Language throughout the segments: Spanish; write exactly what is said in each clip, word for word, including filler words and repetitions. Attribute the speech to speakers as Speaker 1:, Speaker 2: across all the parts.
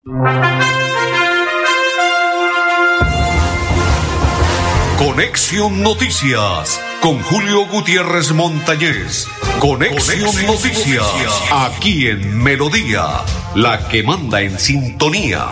Speaker 1: Conexión Noticias con Julio Gutiérrez Montañez. Conexión, Conexión Noticias, Noticias, aquí en Melodía, la que manda en sintonía.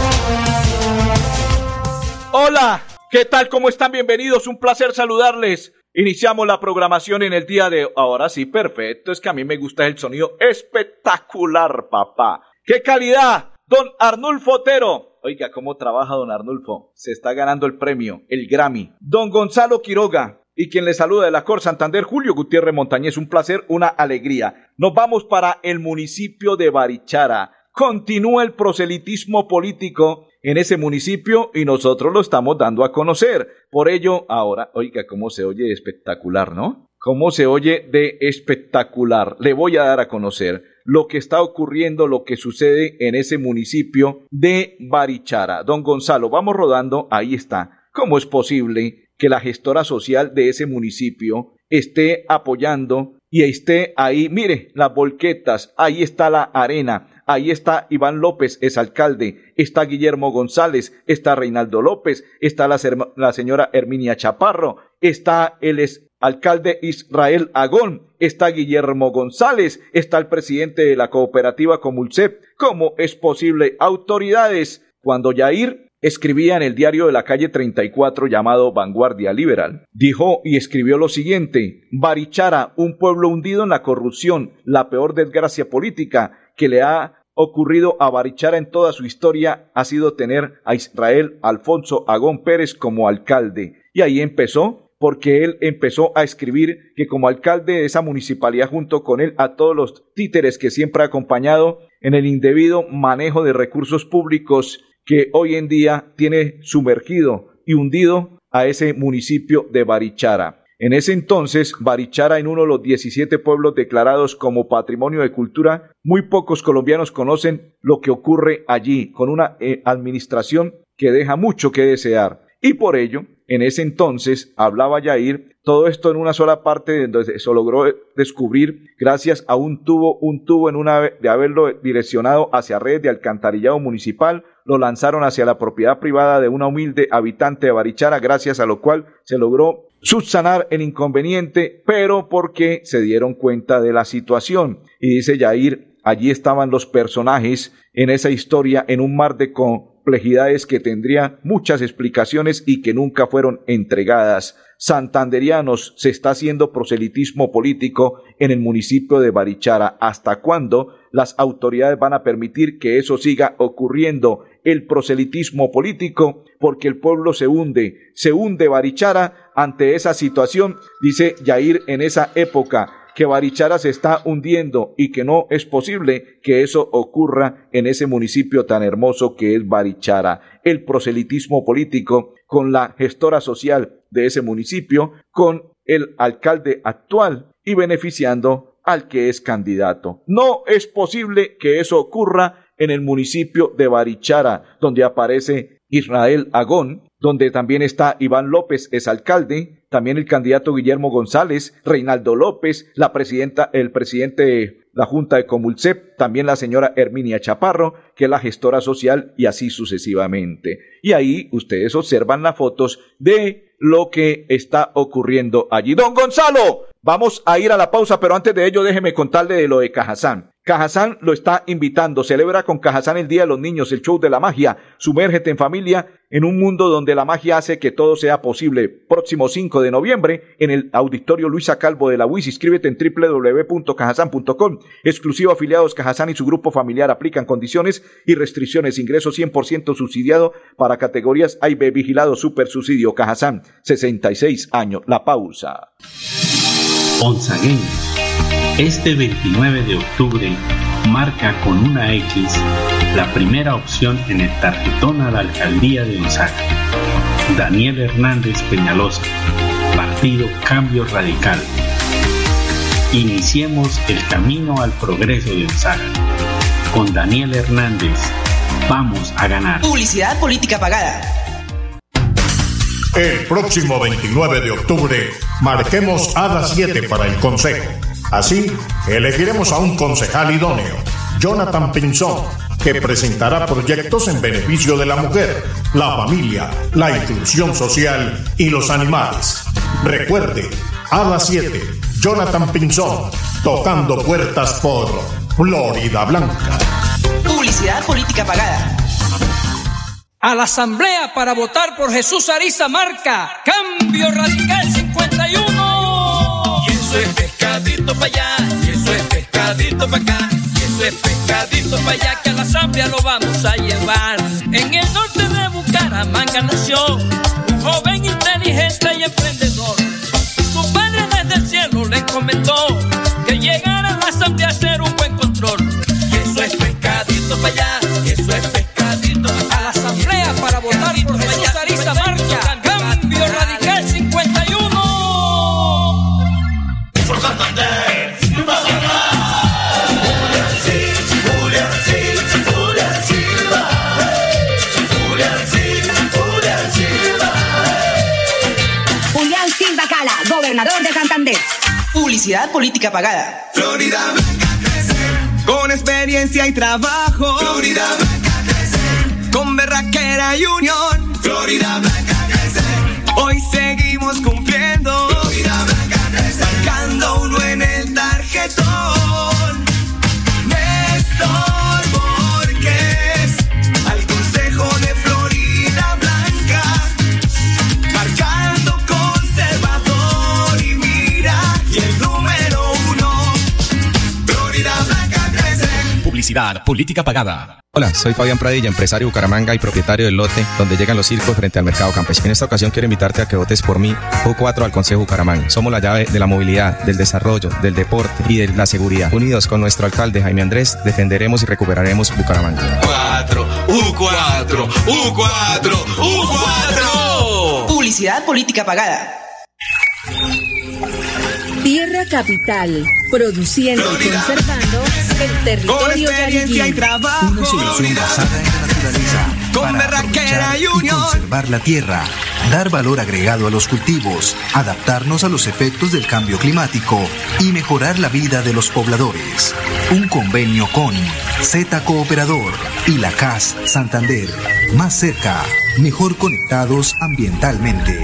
Speaker 2: Hola, ¿qué tal? ¿Cómo están? Bienvenidos, un placer saludarles. Iniciamos la programación en el día de... Ahora sí, perfecto, es que a mí me gusta el sonido espectacular, papá. ¡Qué calidad! Don Arnulfo Otero. Oiga, ¿cómo trabaja don Arnulfo? Se está ganando el premio, el Grammy. Don Gonzalo Quiroga. Y quien le saluda de la Cor Santander, Julio Gutiérrez Montañez. Un placer, una alegría. Nos vamos para el municipio de Barichara. Continúa el proselitismo político en ese municipio y nosotros lo estamos dando a conocer. Por ello, ahora, oiga, cómo se oye de espectacular, ¿no? Cómo se oye de espectacular. Le voy a dar a conocer lo que está ocurriendo, lo que sucede en ese municipio de Barichara. Don Gonzalo, vamos rodando, ahí está. ¿Cómo es posible que la gestora social de ese municipio esté apoyando y esté ahí? Mire, las volquetas, ahí está la arena, ahí está Iván López, es alcalde, está Guillermo González, está Reinaldo López, está la, la señora Herminia Chaparro, está el alcalde Israel Agón, está Guillermo González, está el presidente de la cooperativa Comulcep. ¿Cómo es posible? Autoridades, cuando Yair escribía en el diario de la calle treinta y cuatro llamado Vanguardia Liberal, dijo y escribió lo siguiente: Barichara, un pueblo hundido en la corrupción, la peor desgracia política que le ha ocurrido a Barichara en toda su historia ha sido tener a Israel Alfonso Agón Pérez como alcalde. Y ahí empezó, porque él empezó a escribir que como alcalde de esa municipalidad, junto con él a todos los títeres que siempre ha acompañado en el indebido manejo de recursos públicos que hoy en día tiene sumergido y hundido a ese municipio de Barichara. En ese entonces, Barichara, en uno de los diecisiete pueblos declarados como Patrimonio de Cultura, muy pocos colombianos conocen lo que ocurre allí, con una eh, administración que deja mucho que desear. Y por ello, en ese entonces, hablaba Yair, todo esto en una sola parte donde se logró descubrir gracias a un tubo, un tubo en una de haberlo direccionado hacia redes de alcantarillado municipal, lo lanzaron hacia la propiedad privada de una humilde habitante de Barichara, gracias a lo cual se logró subsanar el inconveniente, pero porque se dieron cuenta de la situación. Y dice Yair, allí estaban los personajes en esa historia en un mar de complejidades que tendría muchas explicaciones y que nunca fueron entregadas. Santanderianos, se está haciendo proselitismo político en el municipio de Barichara. ¿Hasta cuándo las autoridades van a permitir que eso siga ocurriendo? El proselitismo político, porque el pueblo se hunde, se hunde Barichara ante esa situación, dice Yair en esa época, que Barichara se está hundiendo y que no es posible que eso ocurra en ese municipio tan hermoso que es Barichara. El proselitismo político con la gestora social de ese municipio, con el alcalde actual y beneficiando al que es candidato. No es posible que eso ocurra en el municipio de Barichara, donde aparece Israel Agón, donde también está Iván López, es alcalde, también el candidato Guillermo González, Reinaldo López, la presidenta, el presidente de la Junta de Comulcep, también la señora Herminia Chaparro, que es la gestora social, y así sucesivamente. Y ahí ustedes observan las fotos de lo que está ocurriendo allí. Don Gonzalo, vamos a ir a la pausa, pero antes de ello déjeme contarle de lo de Cajazán. Cajazán lo está invitando, celebra con Cajazán el Día de los Niños, el show de la magia, sumérgete en familia en un mundo donde la magia hace que todo sea posible. Próximo cinco de noviembre en el Auditorio Luisa Calvo de la U I S, inscríbete en doble u doble u doble u punto cajazán punto com, exclusivo afiliados Cajazán y su grupo familiar, aplican condiciones y restricciones, ingreso cien por ciento subsidiado para categorías A y B, vigilado super subsidio. Cajazán, sesenta y seis años, la pausa.
Speaker 3: Onzagueños. Este veintinueve de octubre marca con una X la primera opción en el tarjetón a la alcaldía de Onzaga. Daniel Hernández Peñalosa, Partido Cambio Radical. Iniciemos el camino al progreso de Onzaga. Con Daniel Hernández, vamos a ganar.
Speaker 4: Publicidad política pagada.
Speaker 5: El próximo veintinueve de octubre marquemos a las siete para el consejo. Así, elegiremos a un concejal idóneo, Jonathan Pinzón, que presentará proyectos en beneficio de la mujer, la familia, la inclusión social y los animales. Recuerde, a las siete, Jonathan Pinzón, tocando puertas por Florida Blanca.
Speaker 4: Publicidad política pagada.
Speaker 6: A la asamblea para votar por Jesús Ariza Marca, Cambio Radical cincuenta y uno.
Speaker 7: Y eso es pescadito para allá, y eso es pescadito para acá, y eso es pescadito para allá, que a la asamblea lo vamos a llevar. En el norte de Bucaramanga nació un joven inteligente y emprendedor. Su padre desde el cielo le encomendó que llegara a la asamblea a hacer un buen control. Y eso es pescadito para allá, y eso es pescadito para allá.
Speaker 6: A la asamblea para votar por Jesús Ariza Marca, Cambio Radical cincuenta y uno.
Speaker 7: Por Santander,
Speaker 4: Julián Silva Cala, gobernador de Santander. Publicidad política pagada.
Speaker 8: Florida Blanca crece con experiencia y trabajo. Florida Blanca crece con berraquera y unión. Florida Blanca crece. Hoy seguimos cumpliendo. Florida Blanca crece sacando uno en el tarjetón. Néstor Borges al Consejo de Florida Blanca, marcando conservador y mira, y el número uno, Florida Blanca crece.
Speaker 9: Publicidad política pagada.
Speaker 10: Hola, soy Fabián Pradilla, empresario de Bucaramanga y propietario del lote donde llegan los circos frente al mercado campesino. En esta ocasión quiero invitarte a que votes por mí, U cuatro, al Consejo Bucaramanga. Somos la llave de la movilidad, del desarrollo, del deporte y de la seguridad. Unidos con nuestro alcalde Jaime Andrés, defenderemos y recuperaremos Bucaramanga.
Speaker 8: cuatro, U cuatro, U cuatro, U cuatro.
Speaker 4: Publicidad política pagada.
Speaker 11: Tierra Capital, produciendo y conservando el territorio
Speaker 8: experiencia y trabajo.
Speaker 12: Una solución basada en la naturaleza
Speaker 8: con
Speaker 12: para
Speaker 8: berraquera y
Speaker 12: aprovechar y
Speaker 8: unión.
Speaker 12: conservar la tierra, dar valor agregado a los cultivos, adaptarnos a los efectos del cambio climático y mejorar la vida de los pobladores. Un convenio con Z Cooperador y la C A S Santander. Más cerca, mejor conectados ambientalmente.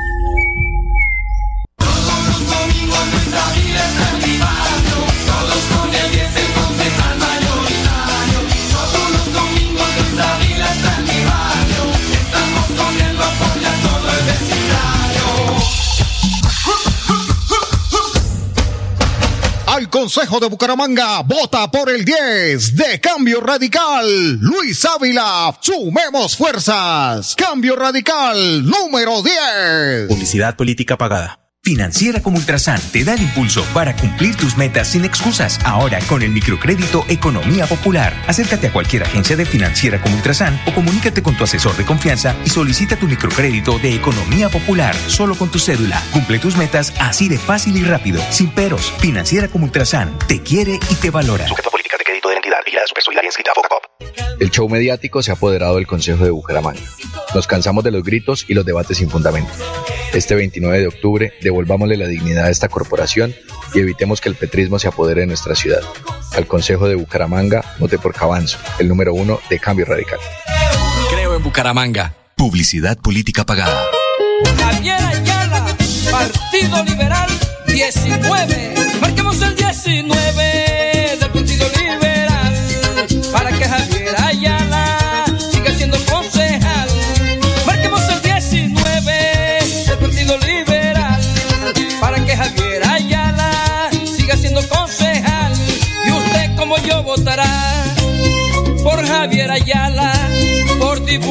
Speaker 5: Al Consejo de Bucaramanga, vota por el diez de Cambio Radical. Luis Ávila, sumemos fuerzas. Cambio Radical, número diez.
Speaker 9: Publicidad política pagada.
Speaker 13: Financiera como Ultrasan te da el impulso para cumplir tus metas sin excusas. Ahora con el microcrédito Economía Popular. Acércate a cualquier agencia de Financiera como Ultrasan o comunícate con tu asesor de confianza y solicita tu microcrédito de Economía Popular solo con tu cédula. Cumple tus metas así de fácil y rápido, sin peros. Financiera como Ultrasan te quiere y te valora.
Speaker 9: Sujeto a políticas de crédito de la entidad vigilada Supersolidaria inscrita a Focacop.
Speaker 10: El show mediático se ha apoderado del Consejo de Bucaramanga. Nos cansamos de los gritos y los debates sin fundamento. Este veintinueve de octubre, devolvámosle la dignidad a esta corporación y evitemos que el petrismo se apodere de nuestra ciudad. Al Consejo de Bucaramanga, vote por Cabanzo, el número uno de Cambio Radical.
Speaker 9: Creo en Bucaramanga.
Speaker 12: Publicidad política pagada.
Speaker 6: Javier Ayala, Partido Liberal diecinueve. Marquemos el diecinueve del Partido Liberal para que Javier Ayala siga siendo concejal. Marquemos el diecinueve del Partido Liberal para que Javier Ayala siga siendo concejal. Y usted como yo votará por Javier Ayala, por ti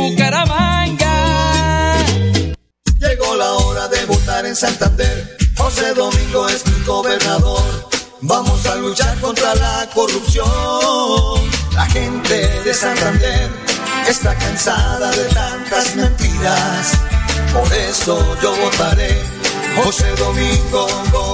Speaker 6: Bucaramanga.
Speaker 8: Llegó la hora de votar en Santander. José Domingo es mi gobernador. Vamos a luchar contra la corrupción. La gente de Santander está cansada de tantas mentiras. Por eso yo votaré José Domingo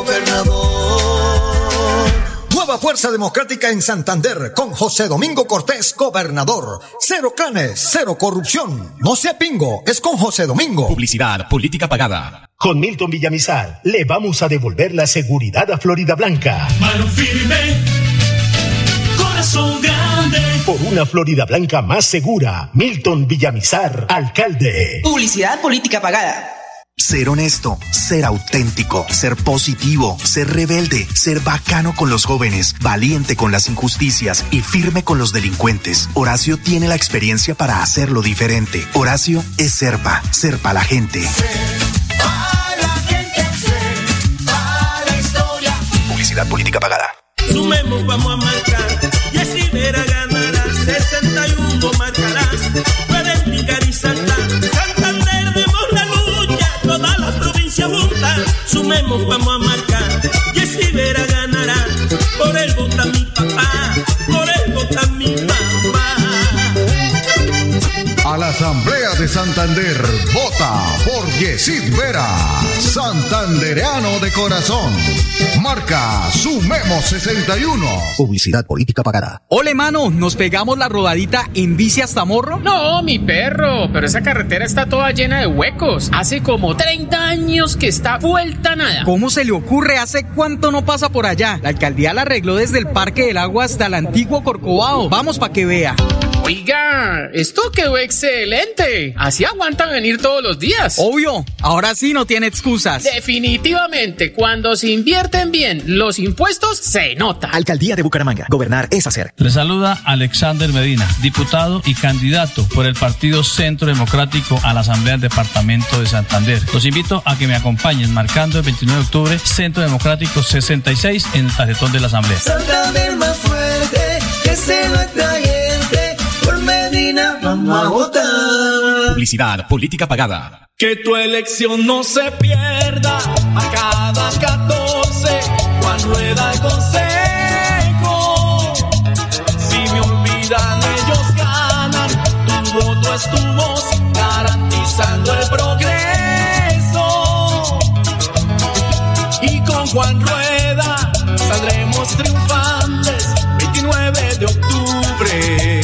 Speaker 8: gobernador. Nueva Fuerza Democrática en Santander con José Domingo Cortés gobernador. Cero clanes, cero corrupción. No sea pingo, es con José Domingo.
Speaker 9: Publicidad política pagada.
Speaker 5: Con Milton Villamizar le vamos a devolver la seguridad a Florida Blanca.
Speaker 7: Mano firme, corazón grande.
Speaker 14: Santander.
Speaker 15: Por una Florida Blanca más segura, Milton Villamizar, alcalde.
Speaker 4: Publicidad política pagada.
Speaker 16: Ser honesto, ser auténtico, ser positivo, ser rebelde, ser bacano con los jóvenes, valiente con las injusticias y firme con los delincuentes. Horacio tiene la experiencia para hacerlo diferente. Horacio es Serpa, Serpa la gente. Publicidad política pagada.
Speaker 14: Sumemos, vamos a marcar. Y así Vera ganará. sesenta y uno marcarás. Puedes picar y saltar. Santander demos la lucha. Todas las provincias juntas. Sumemos, vamos a marcar. Y así Vera ganará. Por él vota mi papá. Por él vota mi mamá.
Speaker 17: A la Asamblea de Santander, vota por Yesid Vera, santandereano de corazón. Marca Sumemos sesenta y uno.
Speaker 12: Publicidad política pagada.
Speaker 18: Ole, mano, ¿nos pegamos la rodadita en bici hasta Morro?
Speaker 19: No, mi perro, pero esa carretera está toda llena de huecos. Hace como treinta años que está vuelta a nada.
Speaker 18: ¿Cómo se le ocurre? ¿Hace cuánto no pasa por allá? La alcaldía la arregló desde el Parque del Agua hasta el antiguo Corcovado. Vamos pa' que vea.
Speaker 19: Oiga, esto quedó excelente. Así aguantan venir todos los días.
Speaker 18: Obvio, ahora sí no tiene excusas.
Speaker 19: Definitivamente, cuando se invierten bien los impuestos, se nota.
Speaker 20: Alcaldía de Bucaramanga. Gobernar es hacer.
Speaker 21: Le saluda Alexander Medina, diputado y candidato por el Partido Centro Democrático a la Asamblea del Departamento de Santander. Los invito a que me acompañen marcando el veintinueve de octubre Centro Democrático sesenta y seis en el tarjetón de la Asamblea.
Speaker 14: Santander más fuerte, que se nuestra gente. Por Medina vamos a votar.
Speaker 9: Publicidad política pagada.
Speaker 14: Que tu elección no se pierda. A cada catorce, Juan Rueda el consejo. Si me olvidan, ellos ganan. Tu voto es tu voz, garantizando el progreso. Y con Juan Rueda saldremos triunfantes. veintinueve de octubre.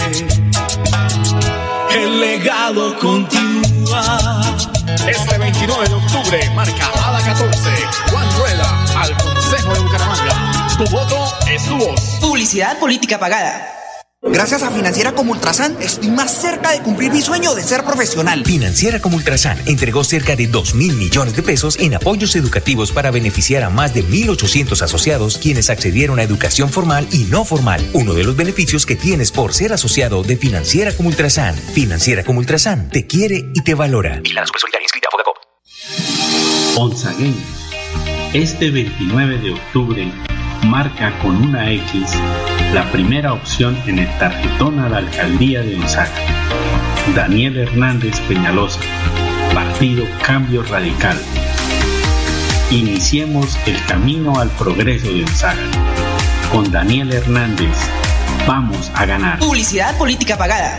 Speaker 14: El legado continúa.
Speaker 2: Este veintinueve de octubre marca a la catorce. Juan Rueda al Consejo de Bucaramanga. Tu voto es tu voz.
Speaker 4: Publicidad política pagada.
Speaker 22: Gracias a Financiera como Ultrasan, estoy más cerca de cumplir mi sueño de ser profesional.
Speaker 13: Financiera como Ultrasan entregó cerca de dos mil millones de pesos en apoyos educativos para beneficiar a más de mil ochocientos asociados quienes accedieron a educación formal y no formal. Uno de los beneficios que tienes por ser asociado de Financiera como Ultrasan. Financiera como Ultrasan te quiere y te valora.
Speaker 9: Y la Supersolidaria inscrita a Fogacop.
Speaker 3: Onzagueños, este veintinueve de octubre marca con una X la primera opción en el tarjetón a la alcaldía de Onzaga. Daniel Hernández Peñalosa, Partido Cambio Radical. Iniciemos el camino al progreso de Onzaga. Con Daniel Hernández, vamos a ganar.
Speaker 4: Publicidad política pagada.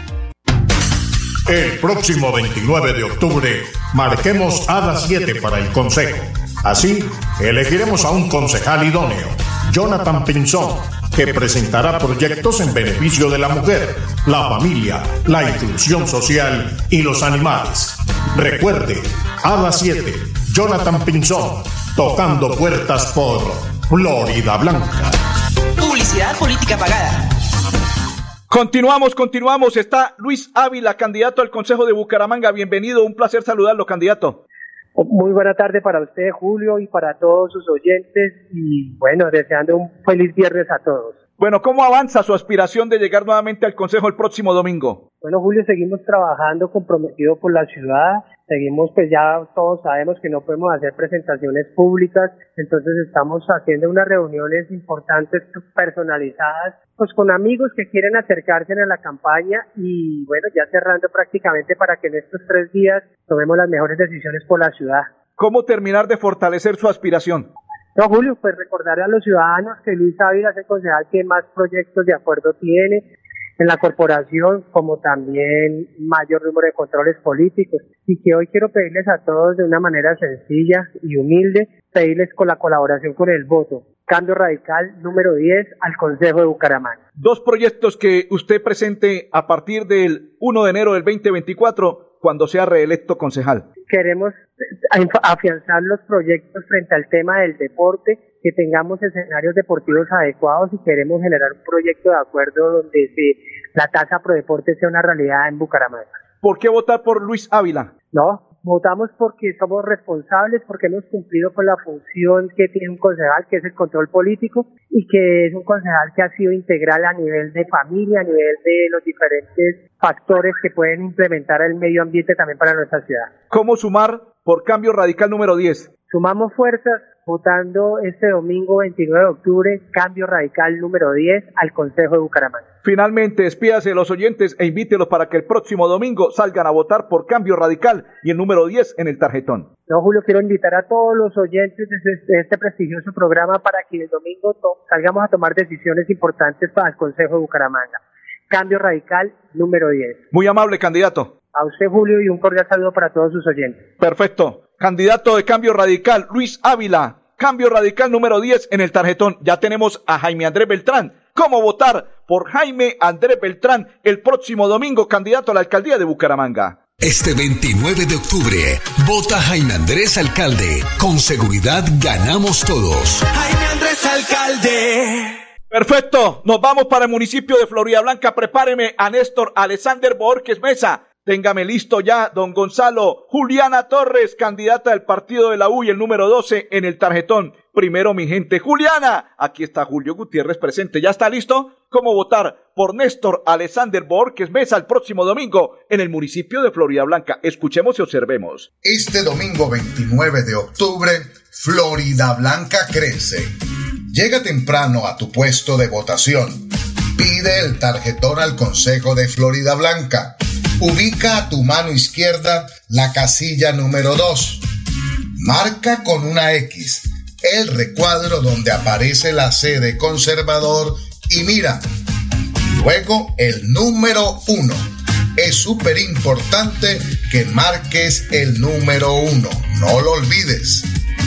Speaker 5: El próximo veintinueve de octubre marquemos a las siete para el Consejo. Así, elegiremos a un concejal idóneo, Jonathan Pinzón, que presentará proyectos en beneficio de la mujer, la familia, la inclusión social y los animales. Recuerde, a las siete, Jonathan Pinzón, tocando puertas por Florida Blanca.
Speaker 4: Publicidad política pagada.
Speaker 2: Continuamos, continuamos. Está Luis Ávila, candidato al Consejo de Bucaramanga. Bienvenido, un placer saludarlo, candidato.
Speaker 23: Muy buena tarde para usted, Julio, y para todos sus oyentes, y bueno, deseando un feliz viernes a todos.
Speaker 2: Bueno, ¿cómo avanza su aspiración de llegar nuevamente al Consejo el próximo domingo?
Speaker 23: Bueno, Julio, seguimos trabajando comprometido por la ciudad, seguimos, pues ya todos sabemos que no podemos hacer presentaciones públicas, entonces estamos haciendo unas reuniones importantes personalizadas, pues con amigos que quieren acercarse a la campaña y bueno, ya cerrando prácticamente para que en estos tres días tomemos las mejores decisiones por la ciudad.
Speaker 2: ¿Cómo terminar de fortalecer su aspiración?
Speaker 23: No, Julio, pues recordar a los ciudadanos que Luis Ávila es el concejal que más proyectos de acuerdo tiene en la corporación, como también mayor número de controles políticos, y que hoy quiero pedirles a todos de una manera sencilla y humilde, pedirles con la colaboración con el voto. Cambio Radical número diez al Consejo de Bucaramanga.
Speaker 2: Dos proyectos que usted presente a partir del primero de enero del veinte veinticuatro, cuando sea reelecto concejal.
Speaker 23: Queremos afianzar los proyectos frente al tema del deporte, que tengamos escenarios deportivos adecuados y queremos generar un proyecto de acuerdo donde se, la tasa pro deporte sea una realidad en Bucaramanga.
Speaker 2: ¿Por qué votar por Luis Ávila?
Speaker 23: No, votamos porque somos responsables, porque hemos cumplido con la función que tiene un concejal, que es el control político, y que es un concejal que ha sido integral a nivel de familia, a nivel de los diferentes factores que pueden implementar el medio ambiente también para nuestra ciudad.
Speaker 2: ¿Cómo sumar por Cambio Radical número diez?
Speaker 23: Sumamos fuerzas votando este domingo veintinueve de octubre, Cambio Radical número diez al Consejo de Bucaramanga.
Speaker 2: Finalmente, despídase de los oyentes e invítelos para que el próximo domingo salgan a votar por Cambio Radical y el número diez en el tarjetón.
Speaker 23: No, Julio, quiero invitar a todos los oyentes de este, de este prestigioso programa para que el domingo to- salgamos a tomar decisiones importantes para el Consejo de Bucaramanga. Cambio Radical número diez.
Speaker 2: Muy amable, candidato.
Speaker 23: A usted, Julio, y un cordial saludo para todos sus oyentes.
Speaker 2: Perfecto. Candidato de Cambio Radical, Luis Ávila. Cambio Radical número diez en el tarjetón. Ya tenemos a Jaime Andrés Beltrán. ¿Cómo votar por Jaime Andrés Beltrán el próximo domingo, candidato a la alcaldía de Bucaramanga?
Speaker 1: Este veintinueve de octubre, vota Jaime Andrés Alcalde. Con seguridad ganamos todos.
Speaker 8: Jaime Andrés Alcalde.
Speaker 2: Perfecto. Nos vamos para el municipio de Floridablanca. Prepáreme a Néstor Alexander Borges Mesa. Téngame listo ya, don Gonzalo. Juliana Torres, candidata del partido de la U y el número doce en el tarjetón. Primero, mi gente. Juliana, aquí está Julio Gutiérrez presente. ¿Ya está listo? ¿Cómo votar por Néstor Alexander Borges Mesa el próximo domingo en el municipio de Floridablanca? Escuchemos y observemos.
Speaker 17: Este domingo veintinueve de octubre, Floridablanca crece. Llega temprano a tu puesto de votación. Pide el tarjetón al Consejo de Floridablanca. Ubica a tu mano izquierda la casilla número dos. Marca con una X el recuadro donde aparece la C de conservador y mira. Luego el número uno. Es súper importante que marques el número uno. No lo olvides.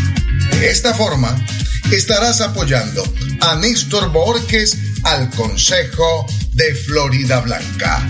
Speaker 17: De esta forma, estarás apoyando a Néstor Borges al Consejo de Floridablanca.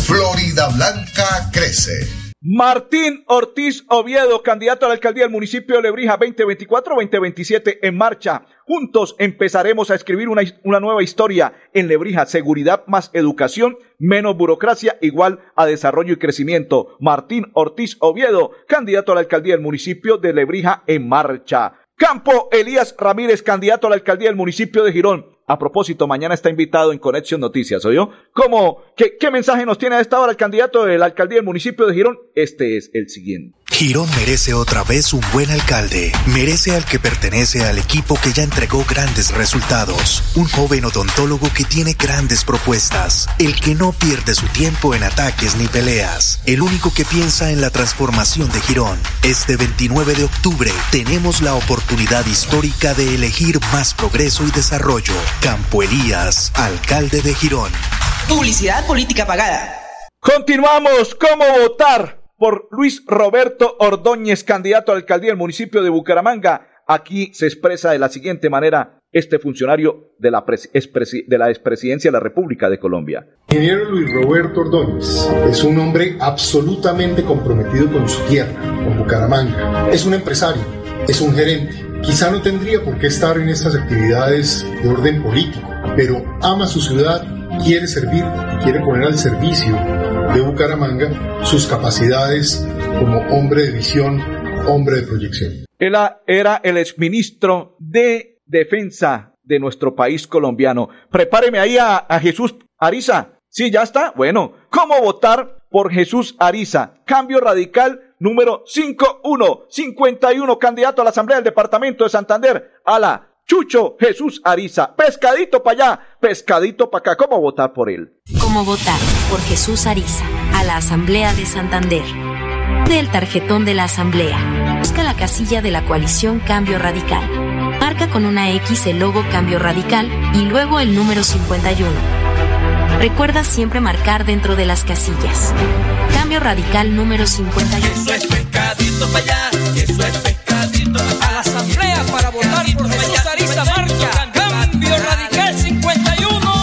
Speaker 17: Floridablanca crece.
Speaker 2: Martín Ortiz Oviedo, candidato a la alcaldía del municipio de Lebrija veinte veinticuatro veinte veintisiete en marcha. Juntos empezaremos a escribir una, una nueva historia en Lebrija. Seguridad más educación, menos burocracia, igual a desarrollo y crecimiento. Martín Ortiz Oviedo, candidato a la alcaldía del municipio de Lebrija en marcha. Campo Elías Ramírez, candidato a la alcaldía del municipio de Girón. A propósito, mañana está invitado en Conexión Noticias, ¿oyó? ¿Cómo? ¿Qué, qué mensaje nos tiene a esta hora el candidato de la alcaldía del municipio de Girón? Este es el siguiente.
Speaker 16: Girón merece otra vez un buen alcalde. Merece al que pertenece al equipo que ya entregó grandes resultados. Un joven odontólogo que tiene grandes propuestas. El que no pierde su tiempo en ataques ni peleas. El único que piensa en la transformación de Girón. Este veintinueve de octubre tenemos la oportunidad histórica de elegir más progreso y desarrollo. Campo Elías, alcalde de Girón.
Speaker 4: Publicidad política pagada.
Speaker 2: Continuamos. ¿Cómo votar por Luis Roberto Ordóñez, candidato a la alcaldía del municipio de Bucaramanga? Aquí se expresa de la siguiente manera este funcionario de la, pres- expresi- de la expresidencia de la República de Colombia.
Speaker 10: Ingeniero Luis Roberto Ordóñez es un hombre absolutamente comprometido con su tierra, con Bucaramanga. Es un empresario, es un gerente. Quizá no tendría por qué estar en estas actividades de orden político, pero ama su ciudad, quiere servir y quiere poner al servicio de Bucaramanga sus capacidades como hombre de visión, hombre de proyección.
Speaker 2: Él era el exministro de Defensa de nuestro país colombiano. Prepáreme ahí a, a Jesús Ariza. Sí, ya está. Bueno, ¿cómo votar por Jesús Ariza? Cambio Radical número cincuenta y uno, cincuenta y uno, candidato a la Asamblea del Departamento de Santander, a la Chucho Jesús Ariza. Pescadito para allá, pescadito para acá. ¿Cómo votar por él?
Speaker 11: ¿Cómo votar por Jesús Ariza a la Asamblea de Santander? Del tarjetón de la Asamblea. Busca la casilla de la coalición Cambio Radical. Marca con una X el logo Cambio Radical y luego el número cincuenta y uno. Recuerda siempre marcar dentro de las casillas. Cambio Radical número cincuenta y uno.
Speaker 7: Eso es pescadito para allá, eso es pescadito para allá.
Speaker 6: A la Asamblea para votar por Jesús Ariza marca Cambio Radical cincuenta y uno.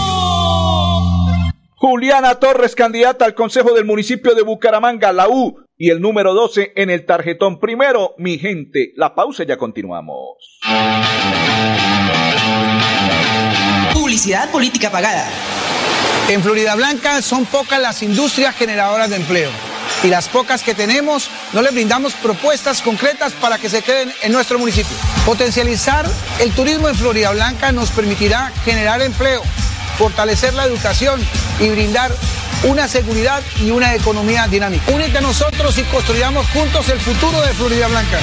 Speaker 2: Juliana Torres, candidata al Consejo del municipio de Bucaramanga, la U, y el número doce en el tarjetón. Primero, mi gente, la pausa y ya continuamos.
Speaker 4: Publicidad política pagada.
Speaker 12: En Floridablanca son pocas las industrias generadoras de empleo. Y las pocas que tenemos, no les brindamos propuestas concretas para que se queden en nuestro municipio. Potencializar el turismo en Floridablanca nos permitirá generar empleo, fortalecer la educación y brindar una seguridad y una economía dinámica. Únete a nosotros y construyamos juntos el futuro de Floridablanca.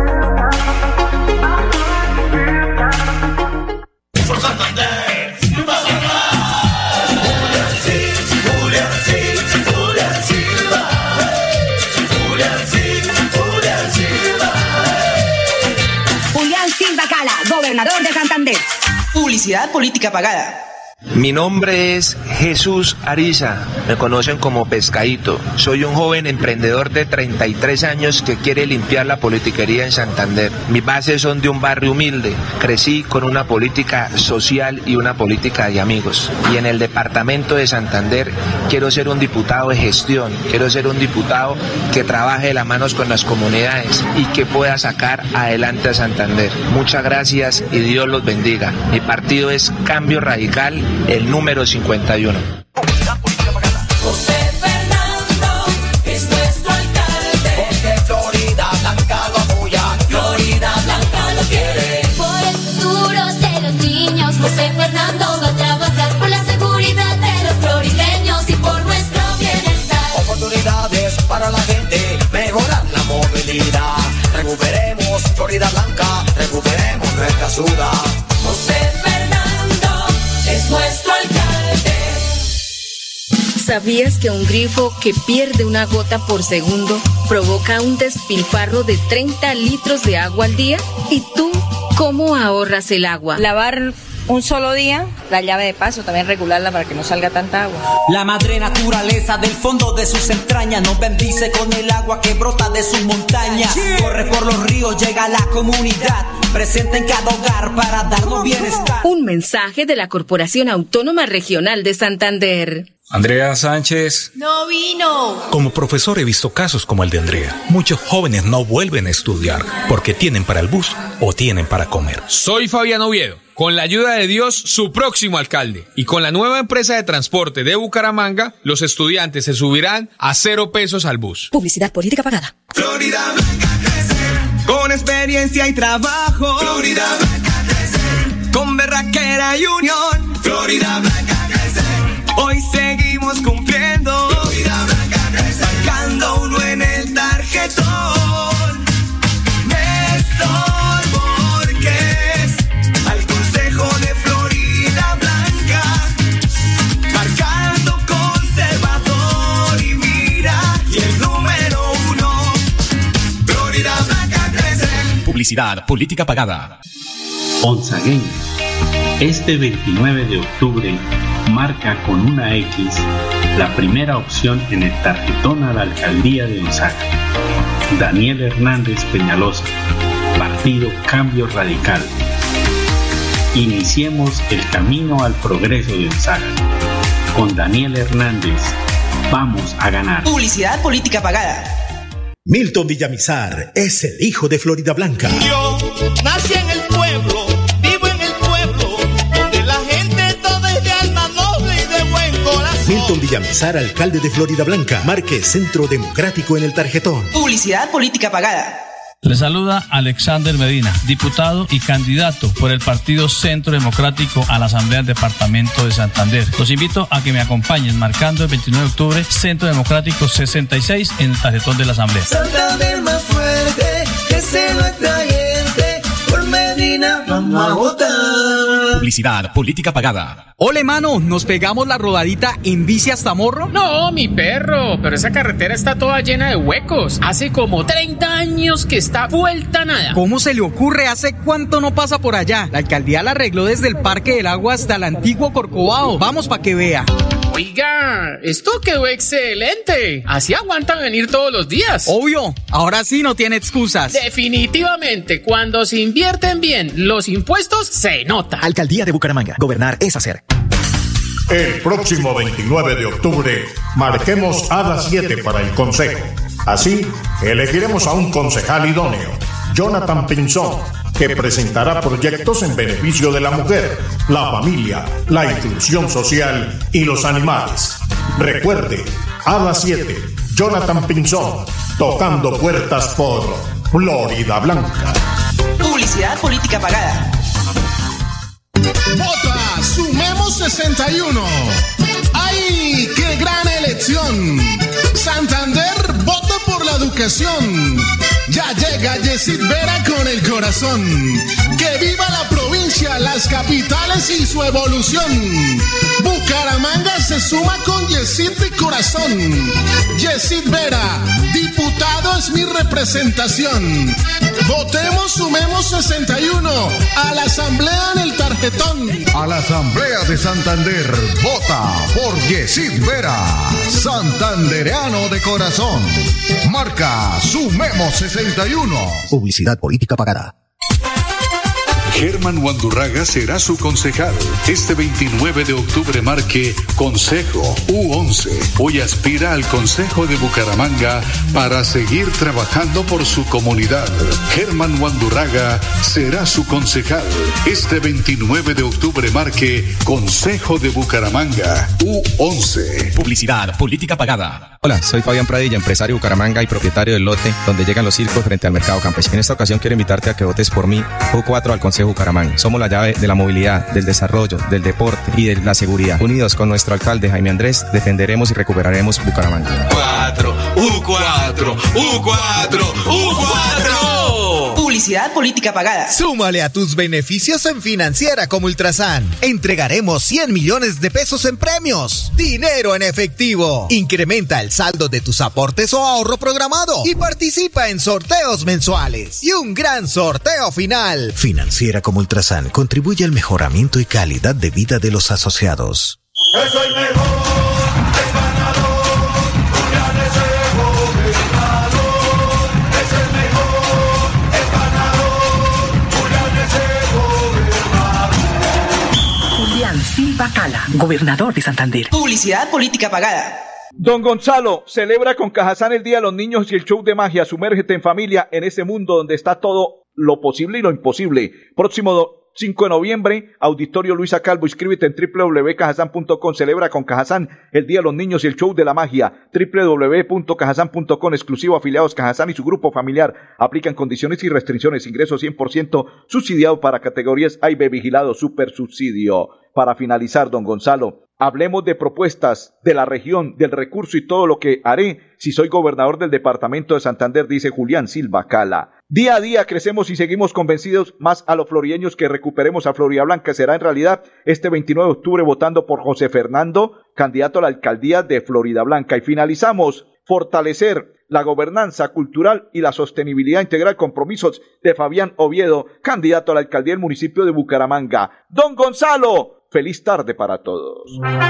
Speaker 4: Julián Silva Cala, gobernador de Santander. Publicidad política pagada.
Speaker 15: Mi nombre es Jesús Ariza, me conocen como Pescadito. Soy un joven emprendedor de treinta y tres años que quiere limpiar la politiquería en Santander. Mis bases son de un barrio humilde, crecí con una política social y una política de amigos. Y en el departamento de Santander quiero ser un diputado de gestión, quiero ser un diputado que trabaje de las manos con las comunidades y que pueda sacar adelante a Santander. Muchas gracias y Dios los bendiga. Mi partido es Cambio Radical, el número cincuenta y uno.
Speaker 7: José Fernando es nuestro alcalde, porque Florida Blanca lo apoya, Florida Blanca lo quiere.
Speaker 18: Por el futuro de los niños, José Fernando va a trabajar por la seguridad de los florideños y por nuestro bienestar.
Speaker 7: Oportunidades para la gente, mejorar la movilidad. Recuperemos Florida Blanca, recuperemos nuestra ciudad. José Fernando es nuestro alcalde.
Speaker 24: ¿Sabías que un grifo que pierde una gota por segundo provoca un despilfarro de treinta litros de agua al día? ¿Y tú cómo ahorras el agua?
Speaker 25: Lavar un solo día, la llave de paso, también regularla para que no salga tanta agua.
Speaker 26: La madre naturaleza del fondo de sus entrañas nos bendice con el agua que brota de sus montañas. Yeah. Corre por los ríos, llega a la comunidad, presente en cada hogar para darnos bienestar.
Speaker 24: Un mensaje de la Corporación Autónoma Regional de Santander.
Speaker 27: Andrea Sánchez
Speaker 18: no vino.
Speaker 27: Como profesor he visto casos como el de Andrea. Muchos jóvenes no vuelven a estudiar porque tienen para el bus o tienen para comer.
Speaker 28: Soy Fabián Oviedo. Con la ayuda de Dios, su próximo alcalde. Y con la nueva empresa de transporte de Bucaramanga, los estudiantes se subirán a cero pesos al bus.
Speaker 11: Publicidad política pagada.
Speaker 7: Florida Blanca crece, con experiencia y trabajo. Florida Blanca crece, con berraquera y unión. Florida Blanca crece, hoy seguimos cumpliendo. Florida Blanca crece, sacando uno en el tarjetón. Néstor Borges, al Consejo de Florida Blanca, marcando conservador y mira, y el número uno, Florida Blanca crece.
Speaker 9: Publicidad política pagada.
Speaker 3: Onzagueña. Este veintinueve de octubre marca con una X la primera opción en el tarjetón a la alcaldía de Onzaga. Daniel Hernández Peñalosa, Partido Cambio Radical. Iniciemos el camino al progreso de Onzaga. Con Daniel Hernández vamos a ganar.
Speaker 4: Publicidad política pagada.
Speaker 29: Milton Villamizar es el hijo de Florida Blanca.
Speaker 7: Yo nací en el pueblo, vivo en el pueblo, donde la gente toda es de alma noble y de buen corazón.
Speaker 29: Milton Villamizar, alcalde de Florida Blanca, marque Centro Democrático en el tarjetón.
Speaker 4: Publicidad política pagada.
Speaker 21: Le saluda Alexander Medina, diputado y candidato por el Partido Centro Democrático a la Asamblea del Departamento de Santander. Los invito a que me acompañen marcando el veintinueve de octubre Centro Democrático sesenta y seis en el tarjetón de la Asamblea.
Speaker 7: Santander más fuerte, que se lo atrayente, por Medina vamos a votar.
Speaker 9: Publicidad política pagada.
Speaker 22: Ole, mano, ¿nos pegamos la rodadita en bici hasta Morro?
Speaker 19: No, mi perro, pero esa carretera está toda llena de huecos. Hace como treinta años que está vuelta a nada.
Speaker 22: ¿Cómo se le ocurre? ¿Hace cuánto no pasa por allá? La alcaldía la arregló desde el Parque del Agua hasta el antiguo Corcovado. Vamos pa' que vea.
Speaker 19: Oiga, esto quedó excelente. Así aguantan venir todos los días.
Speaker 22: Obvio, ahora sí no tiene excusas.
Speaker 19: Definitivamente, cuando se invierten bien los impuestos, se nota.
Speaker 20: Alcaldía de Bucaramanga. Gobernar es hacer.
Speaker 5: El próximo veintinueve de octubre marquemos a las siete para el Consejo. Así, elegiremos a un concejal idóneo, Jonathan Pinzón, que presentará proyectos en beneficio de la mujer, la familia, la inclusión social y los animales. Recuerde, a las siete, Jonathan Pinzón, tocando puertas por Florida Blanca.
Speaker 4: Publicidad política pagada.
Speaker 1: Vota Sumemos sesenta y uno. ¡Ay, qué gran elección! Santander vota por la educación. Ya llega Yesid Vera con el corazón. ¡Que viva la provincia, las capitales y su evolución! Bucaramanga se suma con Yesid de corazón. Yesid Vera, diputado es mi representación. Votemos Sumemos sesenta y uno a la asamblea en el tarjetón.
Speaker 6: A la asamblea de Santander, vota por Yesid Vera, santandereano de corazón. Marca Sumemos sesenta y uno.
Speaker 20: Publicidad política pagada.
Speaker 8: Germán Wandurraga será su concejal. Este veintinueve de octubre marque Consejo U once. Hoy aspira al Consejo de Bucaramanga para seguir trabajando por su comunidad. Germán Wandurraga será su concejal. Este veintinueve de octubre marque Consejo de Bucaramanga U once.
Speaker 9: Publicidad política pagada.
Speaker 10: Hola, soy Fabián Pradilla, empresario de Bucaramanga y propietario del lote donde llegan los circos frente al mercado campesino. En esta ocasión quiero invitarte a que votes por mí, U cuatro, al Consejo Bucaramanga. Somos la llave de la movilidad, del desarrollo, del deporte y de la seguridad. Unidos con nuestro alcalde Jaime Andrés, defenderemos y recuperaremos Bucaramanga.
Speaker 13: cuatro, U cuatro, U cuatro, U cuatro.
Speaker 4: Publicidad política pagada.
Speaker 14: Súmale a tus beneficios en Financiera como Ultrasan. Entregaremos cien millones de pesos en premios. Dinero en efectivo. Incrementa el saldo de tus aportes o ahorro programado y participa en sorteos mensuales y un gran sorteo final.
Speaker 20: Financiera como Ultrasan contribuye al mejoramiento y calidad de vida de los asociados.
Speaker 18: Eso es mejor, es ganador, Julián es el gobernador. Es el mejor, es ganador, Julián es el gobernador.
Speaker 4: Julián Silva Cala, gobernador de Santander. Publicidad política pagada.
Speaker 2: Don Gonzalo celebra con Cajazán el Día de los Niños y el show de magia. Sumérgete en familia en ese mundo donde está todo lo posible y lo imposible. Próximo cinco de noviembre, Auditorio Luisa Calvo. Inscríbete en doble u doble u doble u punto cajazán punto com. Celebra con Cajazán el Día de los Niños y el show de la magia. doble u doble u doble u punto cajazán punto com. Exclusivo afiliados Cajazán y su grupo familiar. Aplican condiciones y restricciones. Ingreso cien por ciento subsidiado para categorías A y B. Vigilado super subsidio. Para finalizar, don Gonzalo, hablemos de propuestas de la región, del recurso y todo lo que haré si soy gobernador del departamento de Santander, dice Julián Silva Cala. Día a día crecemos y seguimos convencidos más a los florideños que recuperemos a Florida Blanca. Será en realidad este veintinueve de octubre votando por José Fernando, candidato a la alcaldía de Florida Blanca. Y finalizamos, fortalecer la gobernanza cultural y la sostenibilidad integral, compromisos de Fabián Oviedo, candidato a la alcaldía del municipio de Bucaramanga. Don Gonzalo, feliz tarde para todos.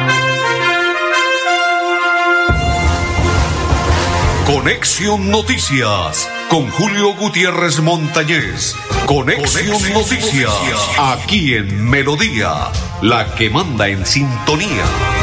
Speaker 16: Conexión Noticias con Julio Gutiérrez Montañez. Conexión, Conexión Noticias, Noticias, aquí en Melodía, la que manda en sintonía.